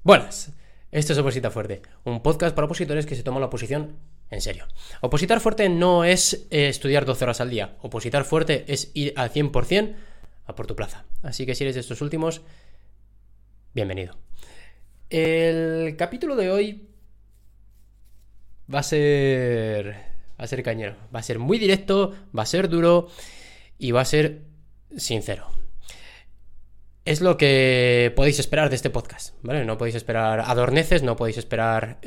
Buenas, esto es Oposita Fuerte, un podcast para opositores que se toman la oposición en serio. Opositar fuerte no es estudiar 12 horas al día, opositar fuerte es ir al 100% a por tu plaza. Así que si eres de estos últimos, bienvenido. El capítulo de hoy va a ser cañero, va a ser muy directo, va a ser duro y va a ser sincero. Es lo que podéis esperar de este podcast, ¿vale? No podéis esperar adorneces, no podéis esperar,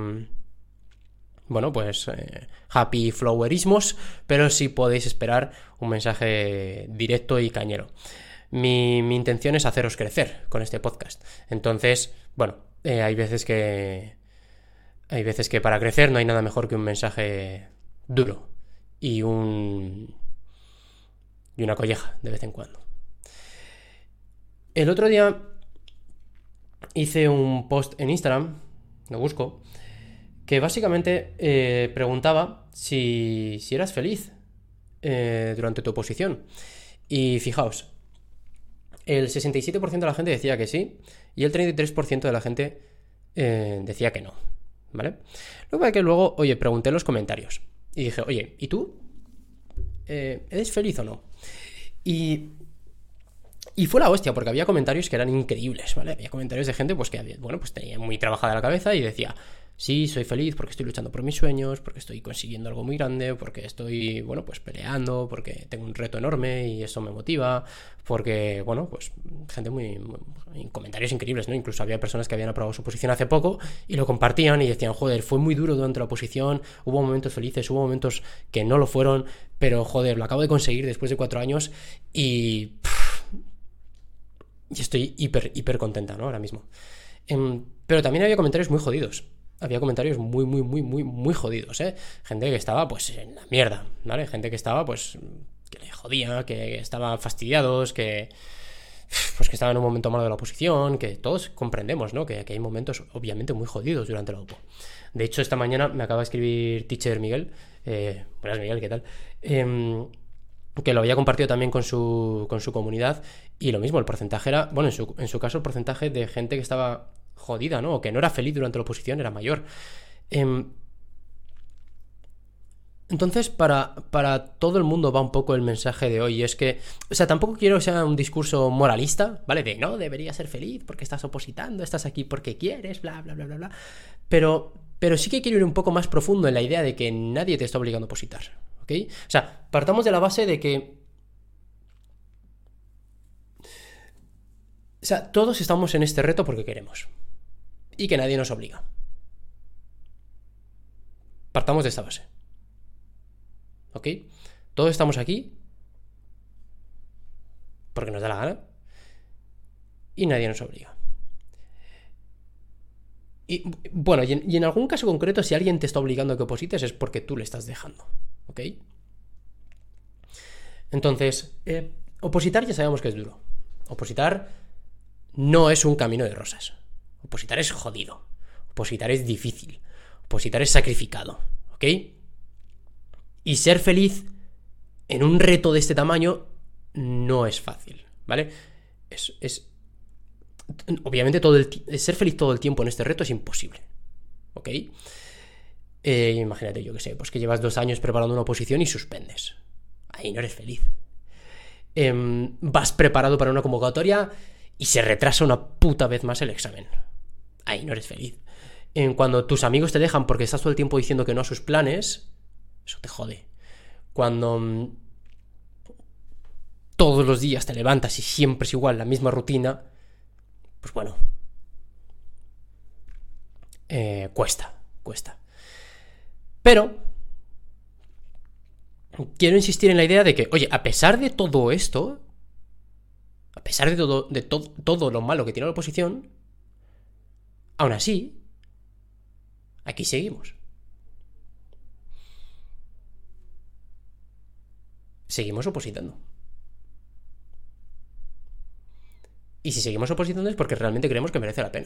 happy flowerismos, pero sí podéis esperar un mensaje directo y cañero. Mi intención es haceros crecer con este podcast. Entonces, hay veces que para crecer no hay nada mejor que un mensaje duro y una colleja de vez en cuando. El otro día hice un post en Instagram, lo busco, que básicamente preguntaba si eras feliz durante tu oposición. Y fijaos, el 67% de la gente decía que sí y el 33% de la gente decía que no, ¿vale? Lo que pasa es que luego, pregunté en los comentarios y dije, ¿y tú? ¿Eres feliz o no? Y fue la hostia, porque había comentarios que eran increíbles, ¿vale? Había comentarios de gente que tenía muy trabajada la cabeza y decía, sí, soy feliz porque estoy luchando por mis sueños, porque estoy consiguiendo algo muy grande, porque estoy, peleando, porque tengo un reto enorme y eso me motiva, porque, gente muy comentarios increíbles, ¿no? Incluso había personas que habían aprobado su oposición hace poco y lo compartían y decían, joder, fue muy duro durante la oposición, hubo momentos felices, hubo momentos que no lo fueron, pero, joder, lo acabo de conseguir después de 4 años y estoy hiper contenta, ¿no? Ahora mismo. Pero también había comentarios muy jodidos. Había comentarios muy jodidos, ¿eh? Gente que estaba, en la mierda, ¿vale? Gente que estaba, que le jodía, que estaban fastidiados, que estaban en un momento malo de la oposición, que todos comprendemos, ¿no? Que hay momentos, obviamente, muy jodidos durante la OPO. De hecho, esta mañana me acaba de escribir Teacher Miguel. Buenas, Miguel, ¿qué tal? Que lo había compartido también con su comunidad y lo mismo, el porcentaje era, en su caso el porcentaje de gente que estaba jodida, ¿no? O que no era feliz durante la oposición era mayor. Entonces, para todo el mundo va un poco el mensaje de hoy, y es que, tampoco quiero que sea un discurso moralista, ¿vale? De no, deberías ser feliz porque estás opositando, estás aquí porque quieres, bla, bla, bla, bla, bla. Pero sí que quiero ir un poco más profundo en la idea de que nadie te está obligando a opositar, ¿ok? Partamos de la base de que todos estamos en este reto porque queremos y que nadie nos obliga. Partamos de esta base, ¿ok? Todos estamos aquí porque nos da la gana y nadie nos obliga. Y en algún caso concreto, si alguien te está obligando a que oposites, es porque tú le estás dejando, ¿ok? Entonces, opositar ya sabemos que es duro. Opositar no es un camino de rosas. Opositar es jodido. Opositar es difícil. Opositar es sacrificado, ¿ok? Y ser feliz en un reto de este tamaño no es fácil, ¿vale? Obviamente ser feliz todo el tiempo en este reto es imposible, ¿ok? Imagínate, yo que sé, que llevas 2 años preparando una oposición y suspendes. Ahí no eres feliz. Vas preparado para una convocatoria y se retrasa una puta vez más el examen. Ahí no eres feliz. Cuando tus amigos te dejan porque estás todo el tiempo diciendo que no a sus planes, eso te jode. Cuando todos los días te levantas y siempre es igual, la misma rutina, cuesta. Pero quiero insistir en la idea de que, a pesar de todo esto, a pesar de todo lo malo que tiene la oposición, aún así, aquí seguimos. Seguimos opositando. Y si seguimos opositando es porque realmente creemos que merece la pena.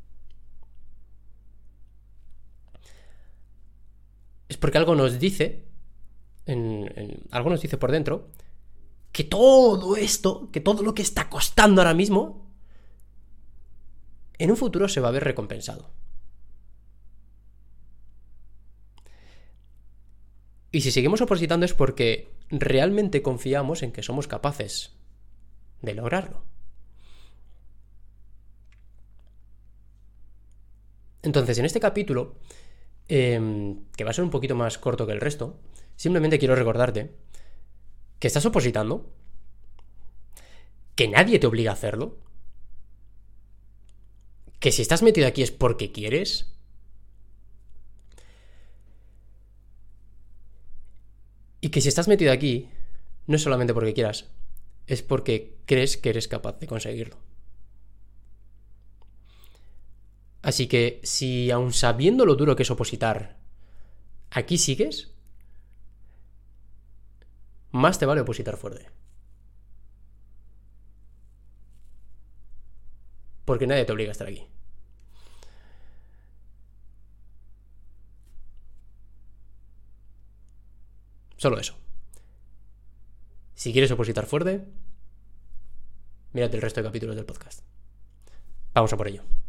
Es porque algo nos dice, algo nos dice por dentro, que todo esto, que todo lo que está costando ahora mismo, en un futuro se va a ver recompensado. Y si seguimos opositando es porque realmente confiamos en que somos capaces de lograrlo. Entonces, en este capítulo, que va a ser un poquito más corto que el resto, simplemente quiero recordarte que estás opositando, que nadie te obliga a hacerlo, que si estás metido aquí es porque quieres, y que si estás metido aquí no es solamente porque quieras, es porque crees que eres capaz de conseguirlo. Así que si aun sabiendo lo duro que es opositar, aquí sigues, más te vale opositar fuerte. Porque nadie te obliga a estar aquí. Solo eso. Si quieres opositar fuerte, mírate el resto de capítulos del podcast. Vamos a por ello.